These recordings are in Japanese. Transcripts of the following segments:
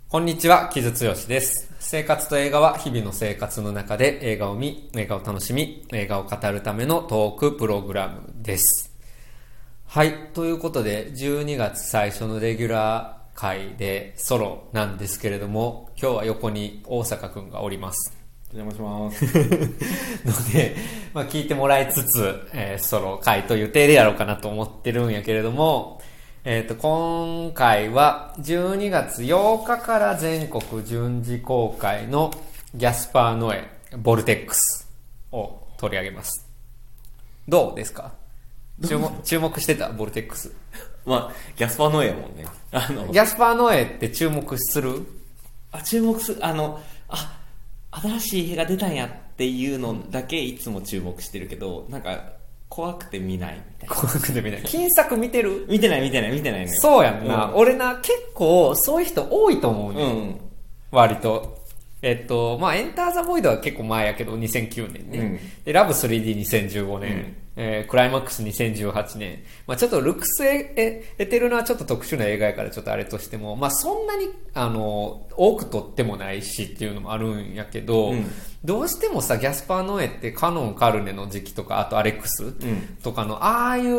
こんにちは、木津剛です。生活と映画は日々の生活の中で映画を見、映画を楽しみ、映画を語るためのトークプログラムです。はい、ということで12月最初のレギュラー回でソロなんですけれども、今日は横に大阪くんがおります。 お邪魔しますので、聞いてもらいつつ、ソロ回という体でやろうかなと思ってるんやけれども、今回は12月8日から全国順次公開のギャスパー・ノエ・ボルテックスを取り上げます。どうですか？注目してたボルテックス。 ギャスパーノエやもんね。 ギャスパー・ノエって注目する？ 注目する。新しい映画出たんやっていうのだけいつも注目してるけど、なんか、怖くて見ないみたいな。 怖くて見ない。金作見てる？ 見てないね。 そうやんな。俺な、結構そういう人多いと思うね。割と。エンターザボイドは結構前やけど、2009年ね。で、ラブ 3D2015 年。クライマックス2018年。ちょっとルックスエテルナはちょっと特殊な映画やからちょっとあれとしても、そんなに、多く撮ってもないしっていうのもあるんやけど、どうしてもさ、ギャスパー・ノエってカノン・カルネの時期とか、あとアレックスとかの、ああいう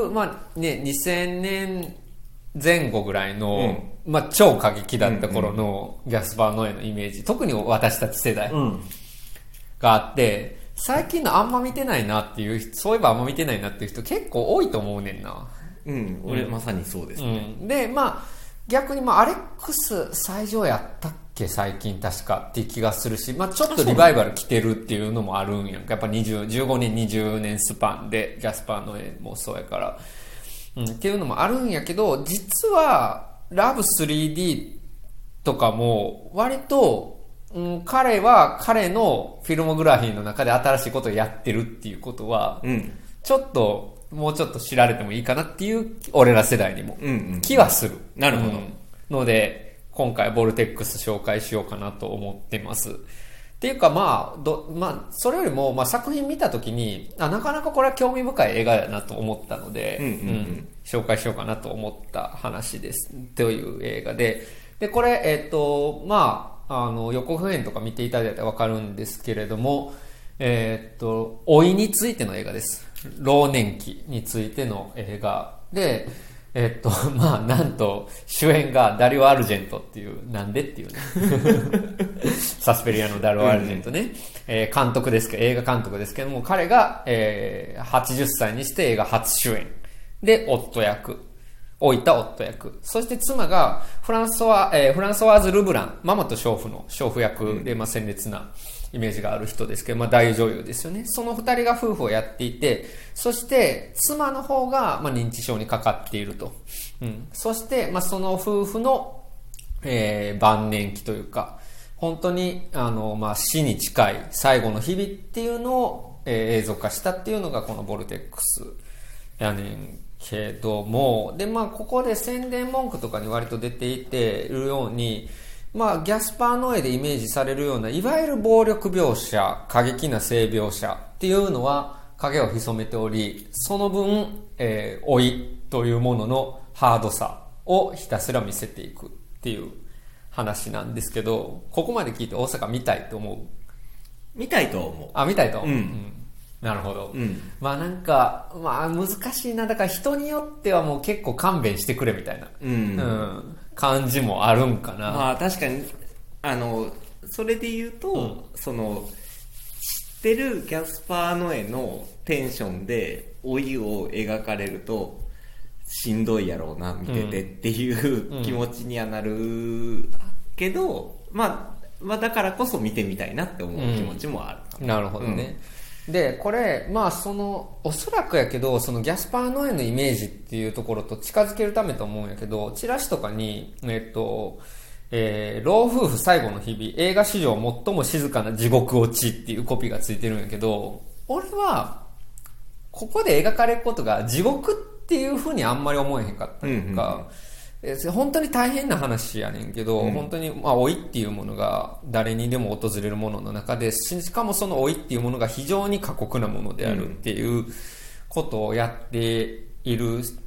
、2000年前後ぐらいの、超過激だった頃のギャスパー・ノエのイメージ、特に私たち世代があって、最近のあんま見てないなっていう、そういえばあんま見てないなっていう人結構多いと思うねんな。 俺まさにそうですね。 で、逆にアレックス最上やったっけ最近確かっていう気がするし、ちょっとリバイバル来てるっていうのもあるんやんか。やっぱ15年、20年スパンで、ギャスパー・ノエもそうやから。っていうのもあるんやけど、実は、ラブ 3D とかも、割と、彼は彼のフィルモグラフィーの中で新しいことをやってるっていうことは、ちょっと、もうちょっと知られてもいいかなっていう、俺ら世代にも、気はする。 なるほど。 ので、今回ボルテックス紹介しようかなと思ってます。っていうかそれよりも、作品見たときに、なかなかこれは興味深い映画だなと思ったので、紹介しようかなと思った話です。という映画で、これ、予告編とか見ていただいたらわかるんですけれども、老いについての映画です。老年期についての映画で、なんと、主演がダリオ・アルジェントっていう、なんでっていうね。サスペリアのダリオ・アルジェントね。監督ですけど、映画監督ですけども、彼が、80歳にして映画初主演。で、夫役。老いた夫役。そして妻が、フランソワーズ・ルブラン、ママと娼婦の娼婦役で、鮮烈なイメージがある人ですけど、大女優ですよね。その二人が夫婦をやっていて、そして、妻の方が、認知症にかかっていると。そして、その夫婦の、晩年期というか、本当に、死に近い最後の日々っていうのを、映像化したっていうのが、このボルテックスやねんけども、で、ここで宣伝文句とかに割と出ていているように、ギャスパー・ノエでイメージされるような、いわゆる暴力描写、過激な性描写っていうのは影を潜めており、その分、老いというもののハードさをひたすら見せていくっていう話なんですけど、ここまで聞いて大阪見たいと思う？ 見たいと思う。 見たいと思う。なるほど。難しいな。だから人によってはもう結構勘弁してくれみたいな。感じもあるんかな。 確かに、それで言うと、知ってるギャスパー・ノエのテンションで老いを描かれると、しんどいやろうな、見ててっていう気持ちにはなるけど、だからこそ見てみたいなって思う気持ちもある。 なるほどね。で、これ、おそらくやけど、そのギャスパー・ノエのイメージっていうところと近づけるためと思うんやけど、チラシとかに、老夫婦最後の日々、映画史上最も静かな地獄落ちっていうコピーがついてるんやけど、俺は、ここで描かれることが地獄っていう風にあんまり思えへんかったというか、本当に大変な話やねんけど、本当に、老いっていうものが誰にでも訪れるものの中で、しかもその老いっていうものが非常に過酷なものであるっていうことをやっている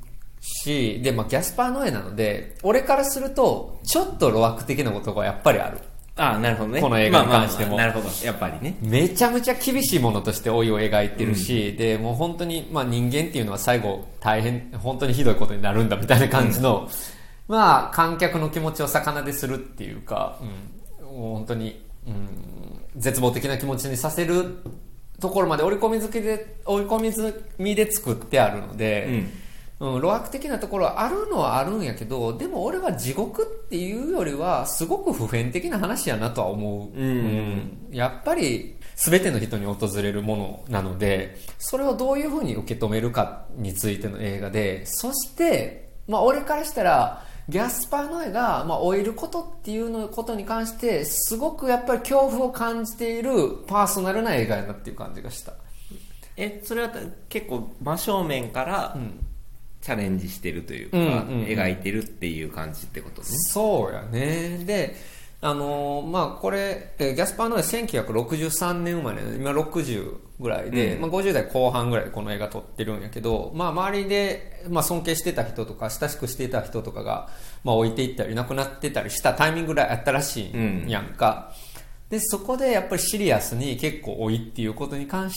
し、で、まあ、ギャスパー・ノエなので、俺からすると、ちょっと路悪的なことがやっぱりある。 ああ、なるほどね。 この映画に関しても。 なるほど。やっぱりね。 めちゃめちゃ厳しいものとして老いを描いてるし、で、もう本当に、まあ人間っていうのは最後大変、本当にひどいことになるんだみたいな感じの、まあ観客の気持ちを逆なでするっていうか、もう本当に、絶望的な気持ちにさせるところまで追い込みで作ってあるので、路悪的なところはあるのはあるんやけど、でも俺は地獄っていうよりはすごく普遍的な話やなとは思う。やっぱり全ての人に訪れるものなので、それをどういうふうに受け止めるかについての映画で、そしてまあ俺からしたらギャスパー・ノエがまあ老いることっていうのことに関してすごくやっぱり恐怖を感じているパーソナルな映画やなっていう感じがした。 それは結構真正面から、チャレンジしてるというか、描いてるっていう感じってことね。 そうやね。で、まあこれ、ギャスパー・ノエ1963年生まれで、今60ぐらいで、まあ50代後半ぐらいでこの映画撮ってるんやけど、まあ周りで、まあ尊敬してた人とか、親しくしていた人とかが、まあ置いていったり、亡くなってたりしたタイミングぐらいあったらしいんやんか。で、そこでやっぱりシリアスに結構老いっていうことに関して、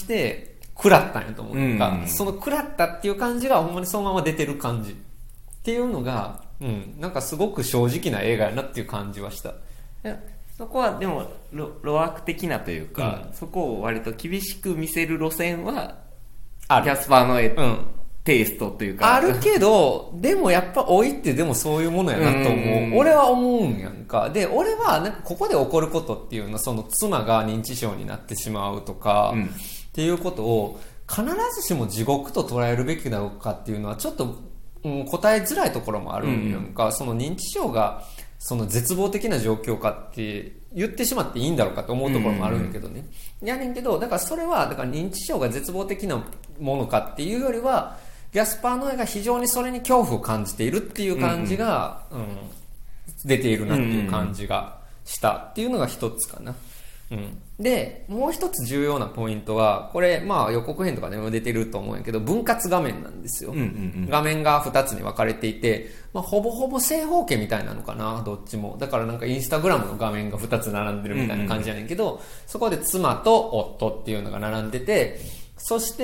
食らったんやと思うか、その食らったっていう感じがほんまにそのまま出てる感じっていうのが、なんかすごく正直な映画やなっていう感じはした。 そこはでも路悪的なというか、そこを割と厳しく見せる路線はギャスパー・ノエテイストというか、 あるけど、でもやっぱ老いってでもそういうものやなと思う。俺は思うんやんか。で、俺はなんかここで起こることっていうのは、その妻が認知症になってしまうとか、っていうことを必ずしも地獄と捉えるべきだろうかっていうのはちょっと、答えづらいところもあるんやんか。その認知症がその絶望的な状況かって言ってしまっていいんだろうかと思うところもあるんやけどね。やねんけど、だからそれはだから認知症が絶望的なものかっていうよりは、ギャスパー・ノエが非常にそれに恐怖を感じているっていう感じが、出ているなっていう感じがしたっていうのが一つかな。で、もう一つ重要なポイントは、これ、まあ予告編とかでも出てると思うんやけど、分割画面なんですよ。画面が2つに分かれていて、まあほぼほぼ正方形みたいなのかな、どっちも。だからなんかインスタグラムの画面が2つ並んでるみたいな感じやねんけど、そこで妻と夫っていうのが並んでて、そして、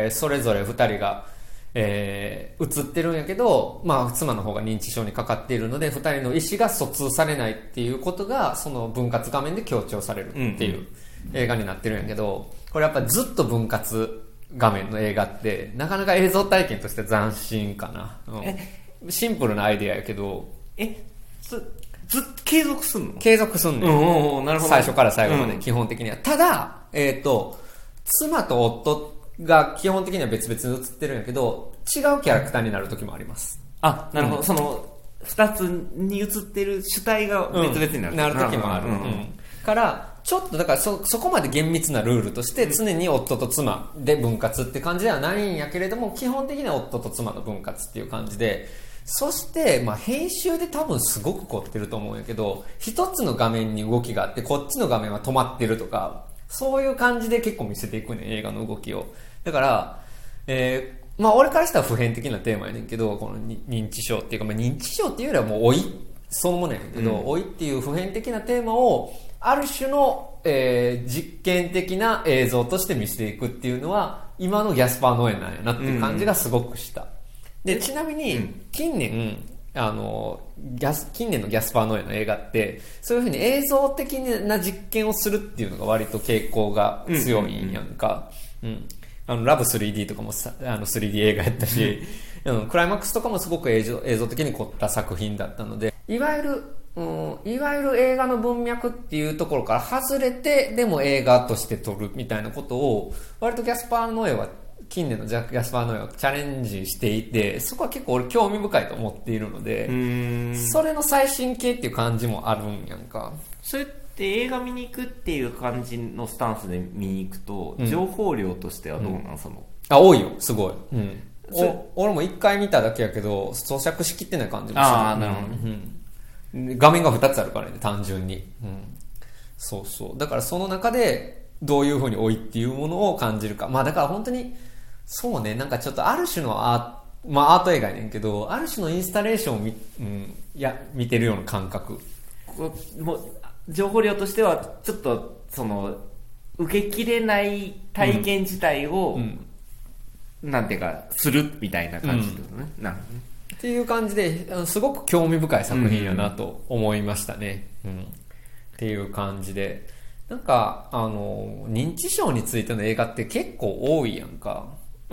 それぞれ2人が、映ってるんやけど、まあ妻の方が認知症にかかっているので、2人の意思が疎通されないっていうことがその分割画面で強調されるっていう映画になってるんやけど、これやっぱずっと分割画面の映画ってなかなか映像体験として斬新かな、シンプルなアイデアやけど、 ずっと継続すんの？ 継続すんのよ、 なるほど。 最初から最後まで、基本的には。ただ妻と夫が基本的には別々に映ってるんやけど、違うキャラクターになる時もあります。 あ、なるほど。その二つに映ってる主体が別々になる、 なる時もある。からちょっとだからそこまで厳密なルールとして常に夫と妻で分割って感じではないんやけれども、基本的には夫と妻の分割っていう感じで、そしてまあ編集で多分すごく凝ってると思うんやけど、一つの画面に動きがあってこっちの画面は止まってるとか、そういう感じで結構見せていくね、映画の動きを。だから、まあ俺からしたら普遍的なテーマやねんけど、この認知症っていうか、まあ認知症っていうよりはもう老いそのものやねんけど、老いっていう普遍的なテーマをある種の、実験的な映像として見せていくっていうのは今のギャスパー・ノエなんやなっていう感じがすごくした。で、ちなみに近年のギャスパー・ノエの映画ってそういう風に映像的な実験をするっていうのが割と傾向が強いんやんか。ラブ 3D とかも3D 映画やったし、クライマックスとかもすごく映像的に凝った作品だったので、いわゆる映画の文脈っていうところから外れて、でも映画として撮るみたいなことを割とギャスパー・ノエは近年のギャスパー・ノエはチャレンジしていて、そこは結構俺興味深いと思っているので、それの最新形っていう感じもあるんやんか。 それって映画見に行くっていう感じのスタンスで見に行くと、情報量としてはどうなん？ 多いよ、すごい。俺も一回見ただけやけど咀嚼しきってない感じもする。 なるほど。画面が2つあるからね、単純に。そうそう。だからその中でどういう風に老いっていうものを感じるか。まあだから本当にそうね、なんかちょっとある種のアーまあアート映画やねんけど、ある種のインスタレーションを見てるような感覚。 もう情報量としてはちょっとその受けきれない体験自体を、なんていうかするみたいな感じだよね、なるほどねっていう感じですごく興味深い作品やなと思いましたね、っていう感じで、なんか認知症についての映画って結構多いやんか。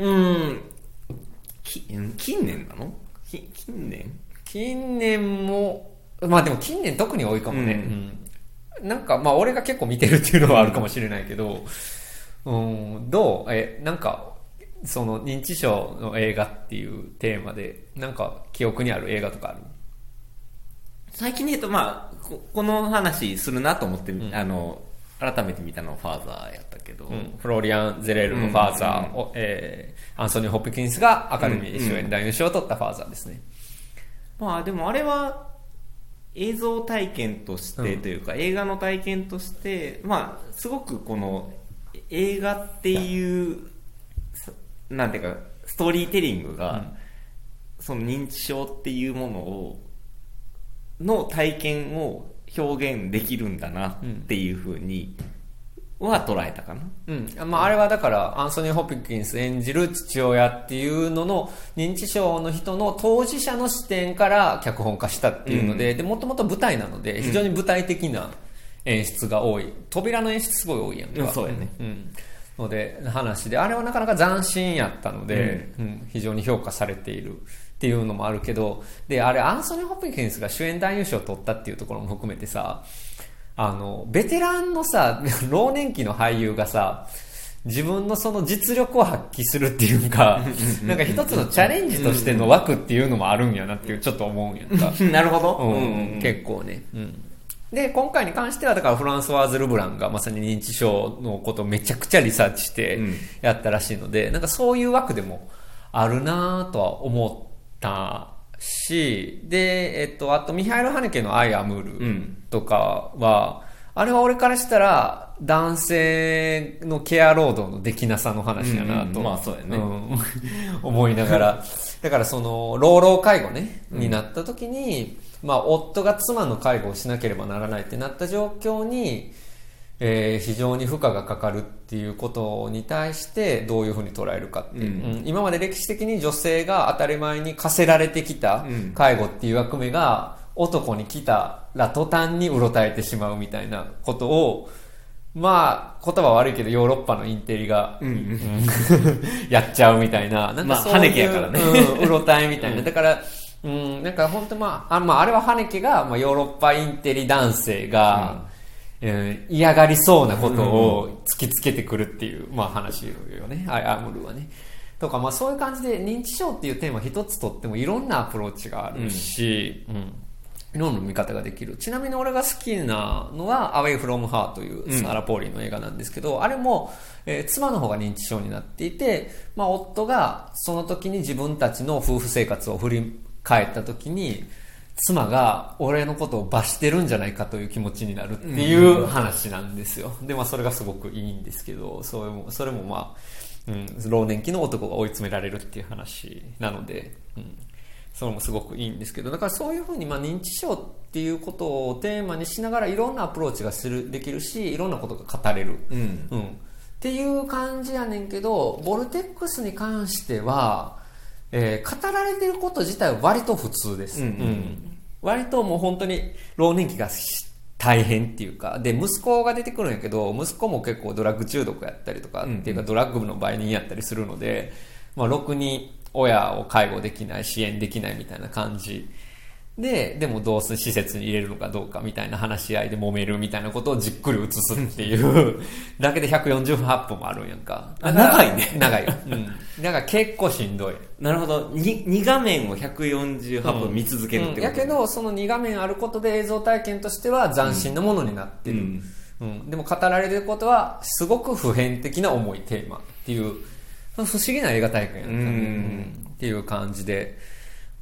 近年なの？ 近年も、まあでも近年特に多いかもね、なんかまあ俺が結構見てるっていうのはあるかもしれないけど、どうなんかその認知症の映画っていうテーマでなんか記憶にある映画とかある？ 最近で言うとまあこの話するなと思って、改めて見たのはファーザーやったけど、 フローリアン・ゼレールのファーザーを、アンソニー・ホプキンスがアカデミー主演男優賞を取ったファーザーですね。 まあでもあれは映像体験としてというか、映画の体験としてまあすごくこの映画っていうなんていうかストーリーテリングが、その認知症っていうものの体験を表現できるんだなっていうふうには捉えたかな。 まあ、あれはだからアンソニー・ホプキンス演じる父親っていうのの認知症の人の当事者の視点から脚本化したっていうので、でもともと舞台なので非常に舞台的な演出が多い、扉の演出すごい多いやんか、 そうやね、 ので話で、あれはなかなか斬新やったので、非常に評価されているっていうのもあるけど、であれアンソニー・ホプキンスが主演男優賞を取ったっていうところも含めてさ、ベテランのさ老年期の俳優がさ自分のその実力を発揮するっていうかなんか一つのチャレンジとしての枠っていうのもあるんやなっていうちょっと思うんやんかなるほど、 結構ね、で今回に関してはだからフランソワーズ・ルブランがまさに認知症のことをめちゃくちゃリサーチしてやったらしいので、なんかそういう枠でもあるなとは思ったし、で、あとミハイル・ハネケのアイ・アムールとかは、あれは俺からしたら男性のケア労働のできなさの話やなと、 まあそうやね、 思いながらだからその老老介護ね、になった時に、まあ夫が妻の介護をしなければならないってなった状況に、非常に負荷がかかるっていうことに対してどういうふうに捉えるかっていう、今まで歴史的に女性が当たり前に課せられてきた介護っていう役目が男に来たら途端にうろたえてしまうみたいなことを、まあ言葉悪いけどヨーロッパのインテリが、やっちゃうみたいな、なんかそういう、 ハネケやからね、 うろたえみたいな、だからなんか本当あれはハネケが、ヨーロッパインテリ男性が、嫌がりそうなことを突きつけてくるっていう、話よね、アムルはね。とか、そういう感じで認知症っていうテーマ一つとってもいろんなアプローチがあるし、いろんな見方ができる。ちなみに俺が好きなのはアウェイフロムハーというサラ・ポーリーの映画なんですけど、あれも、妻の方が認知症になっていて、夫がその時に自分たちの夫婦生活を振り返った時に、妻が俺のことを罰してるんじゃないかという気持ちになるっていう話なんですよ。で、それがすごくいいんですけど、それも老年期の男が追い詰められるっていう話なので、それもすごくいいんですけど、だからそういうふうに認知症っていうことをテーマにしながらいろんなアプローチができるし、いろんなことが語れる、っていう感じやねんけど、ボルテックスに関しては、語られてること自体は割と普通です、割ともう本当に老年期が大変っていうか、で息子が出てくるんやけど、息子も結構ドラッグ中毒やったりとか、っていうかドラッグの売人やったりするので、ろくに親を介護できない、支援できないみたいな感じでもどうせ施設に入れるのかどうかみたいな話し合いで揉めるみたいなことをじっくり映すっていうだけで148分もあるんやんか。 長いね。 長いよ。だから結構しんどい。 なるほど。2画面を148分見続けるってこと、 やけどその2画面あることで映像体験としては斬新なものになってる、でも語られてることはすごく普遍的な重いテーマっていう不思議な映画体験やった、っていう感じで、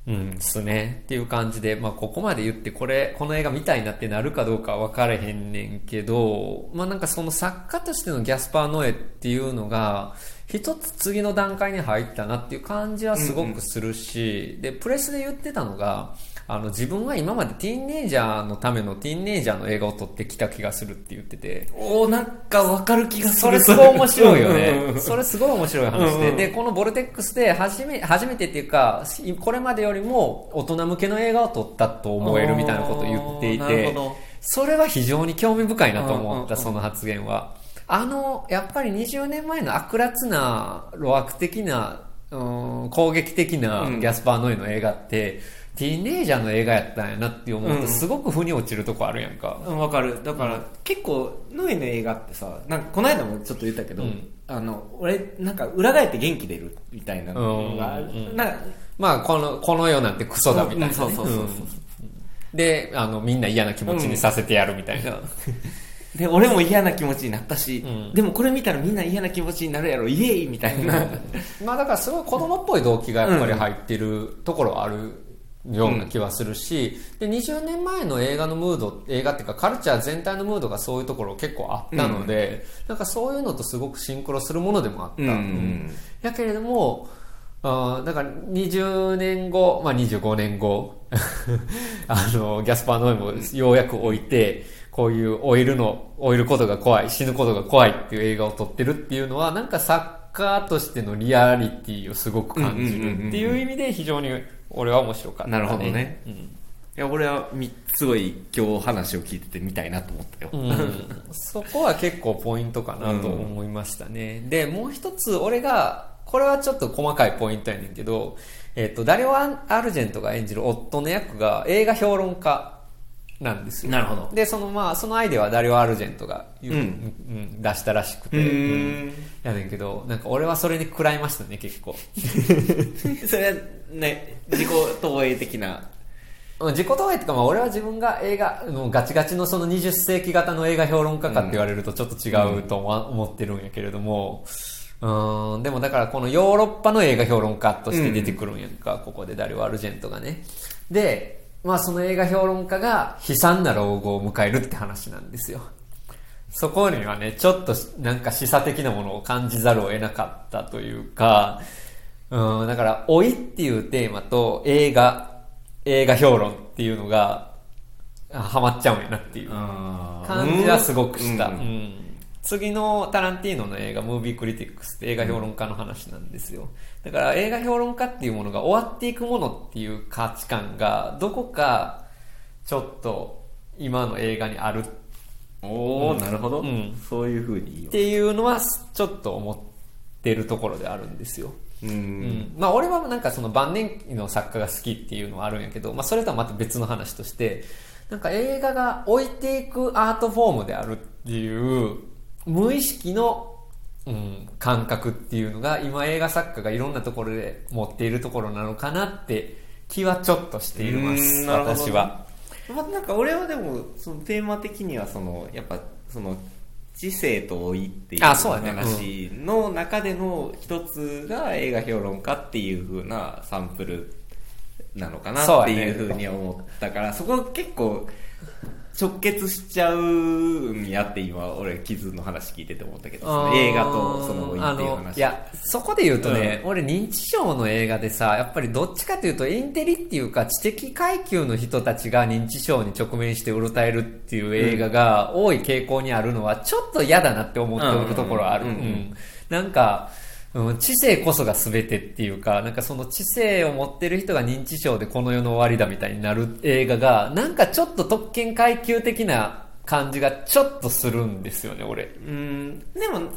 うんですね。っていう感じで、まあここまで言ってこの映画見たいなってなるかどうかは分かれへんねんけど、まあなんかその作家としてのギャスパー・ノエっていうのが、一つ次の段階に入ったなっていう感じはすごくするし、で、プレスで言ってたのが、自分は今までティーンネイジャーのためのティーンネイジャーの映画を撮ってきた気がするって言ってて。 なんかわかる気がする。 それすごい面白いよね。それすごい面白い話で。で、このボルテックスで初めてっていうか、これまでよりも大人向けの映画を撮ったと思えるみたいなことを言っていて、それは非常に興味深いなと思った、その発言は。やっぱり20年前の悪辣な、路悪的な、攻撃的なギャスパー・ノエの映画って、ティーンネイジャーの映画やったんやなって思うとすごく腑に落ちるとこあるやんか。 わかる。だから結構ノエの映画ってさ、なんかこの間もちょっと言ったけど、俺なんか裏返って元気出るみたいなのが、 まあこの世なんてクソだみたいな、ね。 そう。 で、みんな嫌な気持ちにさせてやるみたいな。 で、俺も嫌な気持ちになったし、でもこれ見たらみんな嫌な気持ちになるやろ、イエーイみたいな。 まあだからすごい子供っぽい動機がやっぱり入ってるところはあるような気はするし、で、20年前の映画のムード、映画っていうかカルチャー全体のムードがそういうところ結構あったので、なんかそういうのとすごくシンクロするものでもあった。やけれども、だから20年後、まあ25年後、ギャスパー・ノエもようやく置いて、こういう老いることが怖い、死ぬことが怖いっていう映画を撮ってるっていうのは、なんか作家としてのリアリティをすごく感じるっていう意味で非常に俺は面白かった、ね。 なるほどね。いや、俺はすごい今日話を聞いててみたいなと思ったよ。 そこは結構ポイントかなと思いましたね。で、もう一つこれはちょっと細かいポイントやねんけど、ダリオ・アルジェントが演じる夫の役が映画評論家なんですよ。 なるほど。 で、そのアイデアはダリオ・アルジェントが出したらしくて、やねんけど、なんか俺はそれに食らいましたね、結構。 それはね、自己投影的な。 自己投影ってか、まあ俺は自分が映画、ガチガチのその20世紀型の映画評論家かって言われるとちょっと違うと思ってるんやけれども、でもだからこのヨーロッパの映画評論家として出てくるんやんか、ここでダリオ・アルジェントがね。で、まあその映画評論家が悲惨な老後を迎えるって話なんですよ。そこにはね、ちょっとなんか示唆的なものを感じざるを得なかったというか、だから老いっていうテーマと映画評論っていうのがハマっちゃうんやなっていう感じはすごくした。次のタランティーノの映画、ムービークリティックスって映画評論家の話なんですよ。だから映画評論家っていうものが終わっていくものっていう価値観がどこかちょっと今の映画にある。 なるほど。そういう風にっていうのはちょっと思ってるところであるんですよ。まあ俺はなんかその晩年期の作家が好きっていうのはあるんやけど、まあそれとはまた別の話として、なんか映画が置いていくアートフォームであるっていう無意識の、感覚っていうのが今映画作家がいろんなところで持っているところなのかなって気はちょっとしています、私は。 なんか俺はでもそのテーマ的にはやっぱその知性と老いっていう話の中での一つが映画評論家っていう風なサンプルなのかなっていう風に思ったから、そこ結構直結しちゃうんやって今俺傷の話聞いてて思ったけど、映画とその老いっていう話。 いやそこで言うとね、俺認知症の映画でさ、やっぱりどっちかというとインテリっていうか知的階級の人たちが認知症に直面してうろたえるっていう映画が多い傾向にあるのはちょっと嫌だなって思っておるところある。なんか知性こそが全てっていうか、なんかその知性を持ってる人が認知症でこの世の終わりだみたいになる映画がなんかちょっと特権階級的な感じがちょっとするんですよね、俺。 でも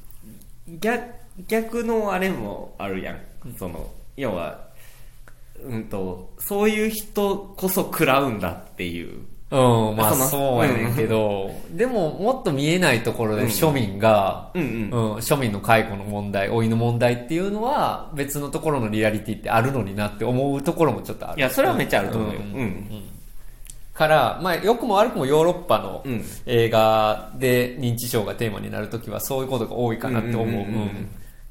逆のあれもあるやん。要はそういう人こそ食らうんだっていう。 まあそうやねんけど、でももっと見えないところで庶民が、庶民の介護の問題、老いの問題っていうのは別のところのリアリティってあるのになって思うところもちょっとある。 いや、それはめっちゃあると思うよ。 から、まあ良くも悪くもヨーロッパの映画で認知症がテーマになるときはそういうことが多いかなって思う。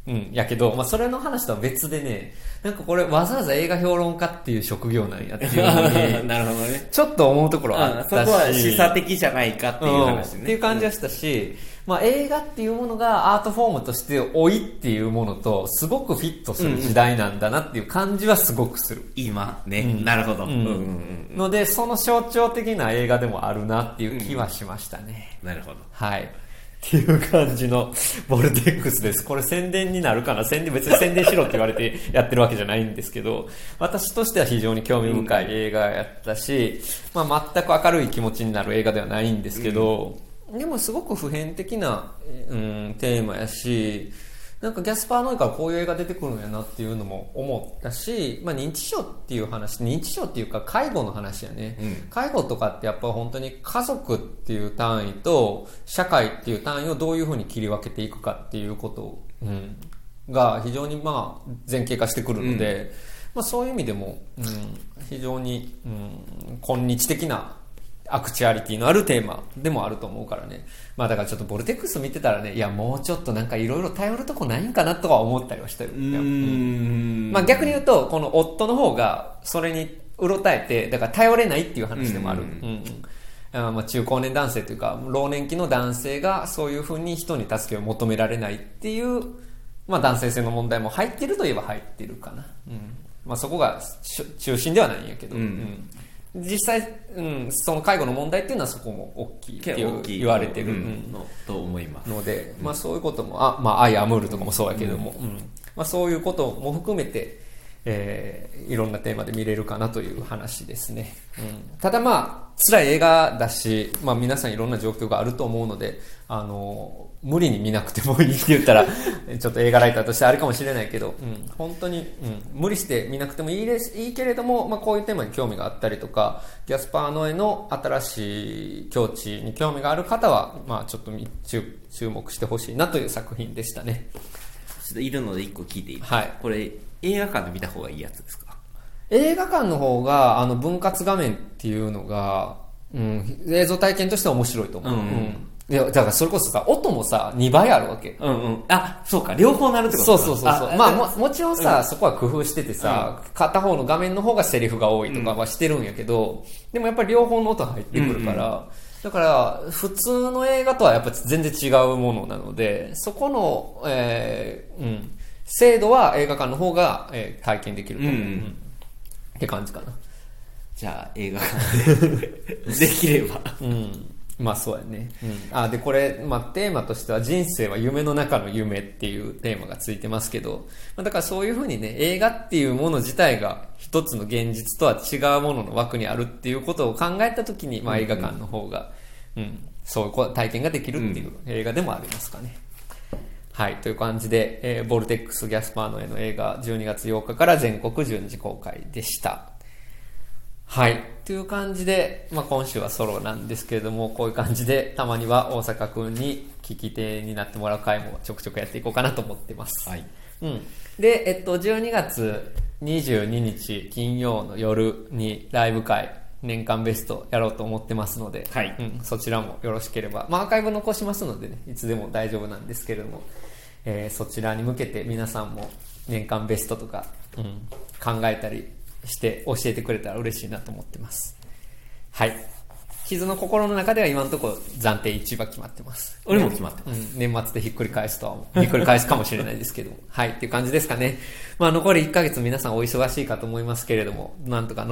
やけど、まあ、それの話とは別でね、なんかこれわざわざ映画評論家っていう職業なんやっていうのに、 なるほどね。 ちょっと思うところはあったし、 そこは示唆的じゃないかっていう話ね。 っていう感じはしたし、まあ、映画っていうものがアートフォームとして老いっていうものとすごくフィットする時代なんだなっていう感じはすごくする。 今ね、なるほど。 ので、その象徴的な映画でもあるなっていう気はしましたね。 なるほど。 はい。っていう感じのボルテックスです。これ宣伝になるかな？別に宣伝しろって言われてやってるわけじゃないんですけど、私としては非常に興味深い映画やったし、まあ全く明るい気持ちになる映画ではないんですけど、でもすごく普遍的な、テーマやし、なんかギャスパー・ノイからこういう映画出てくるんやなっていうのも思ったし、まあ認知症っていう話、認知症っていうか介護の話やね。介護とかってやっぱ本当に家族っていう単位と社会っていう単位をどういうふうに切り分けていくかっていうこと、が非常にまあ前傾化してくるので、まあそういう意味でも、非常に、今日的なアクチュアリティのあるテーマでもあると思うからね。まあだからちょっとボルテックス見てたらね、いやもうちょっとなんかいろいろ頼るとこないんかなとか思ったりはしてる。まあ逆に言うと、この夫の方がそれにうろたえて、だから頼れないっていう話でもある。まあ中高年男性というか、老年期の男性がそういうふうに人に助けを求められないっていう、まあ男性性の問題も入ってるといえば入ってるかな。まあそこが中心ではないんやけど。実際、その介護の問題っていうのはそこも大きいって言われてる、 と思いますので、まあそういうことも、まあアイ・アムールとかもそうやけども、まあそういうことも含めて、いろんなテーマで見れるかなという話ですね。ただまあ辛い映画だし、まあ皆さんいろんな状況があると思うので、無理に見なくてもいいって言ったらちょっと映画ライターとしてあれかもしれないけど、本当に、無理して見なくてもいいけれども、まあ、こういうテーマに興味があったりとか、ギャスパー・ノエの新しい境地に興味がある方は、まあ、ちょっと注目してほしいなという作品でしたね。 ちょっといるので一個聞いていいですか？はい。 これ映画館で見た方がいいやつですか？ 映画館の方が分割画面っていうのが、映像体験としては面白いと思う。いや、だからそれこそさ、音もさ、2倍あるわけ。 あ、そうか、両方なるってことか。 そう。まあもちろんさ、そこは工夫しててさ、片方の画面の方がセリフが多いとかはしてるんやけど、でもやっぱり両方の音入ってくるから、だから、普通の映画とはやっぱ全然違うものなので、そこの、精度は映画館の方が、体験できると思う。って感じかな。 じゃあ、映画館でできれば。 まあそうやね。で、これ、まあテーマとしては人生は夢の中の夢っていうテーマがついてますけど、だからそういうふうにね、映画っていうもの自体が一つの現実とは違うものの枠にあるっていうことを考えたときに、まあ映画館の方が、そういう体験ができるっていう映画でもありますかね。はい、という感じで、ボルテックス・ギャスパーノエの映画12月8日から全国順次公開でした。はい。という感じで、まあ今週はソロなんですけれども、こういう感じでたまには大阪くんに聞き手になってもらう回もちょくちょくやっていこうかなと思ってます。 はい。 で、12月22日金曜の夜にライブ会、年間ベストやろうと思ってますので、 はい。 そちらもよろしければ、まあアーカイブ残しますのでね、いつでも大丈夫なんですけれども、そちらに向けて皆さんも年間ベストとか、考えたりして教えてくれたら嬉しいなと思ってます。はい。傷の心の中では今のところ暫定1位は決まってます。 俺も決まってます。 年末でひっくり返すかもしれないですけどはい、っていう感じですかね。まあ残り1ヶ月皆さんお忙しいかと思いますけれども、なんとか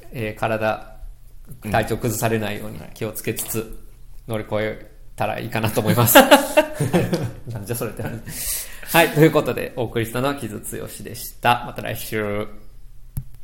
体調崩されないように気をつけつつ乗り越えたらいいかなと思います。なんじゃそれって。はい、ということでお送りしたのは木津剛でした。また来週。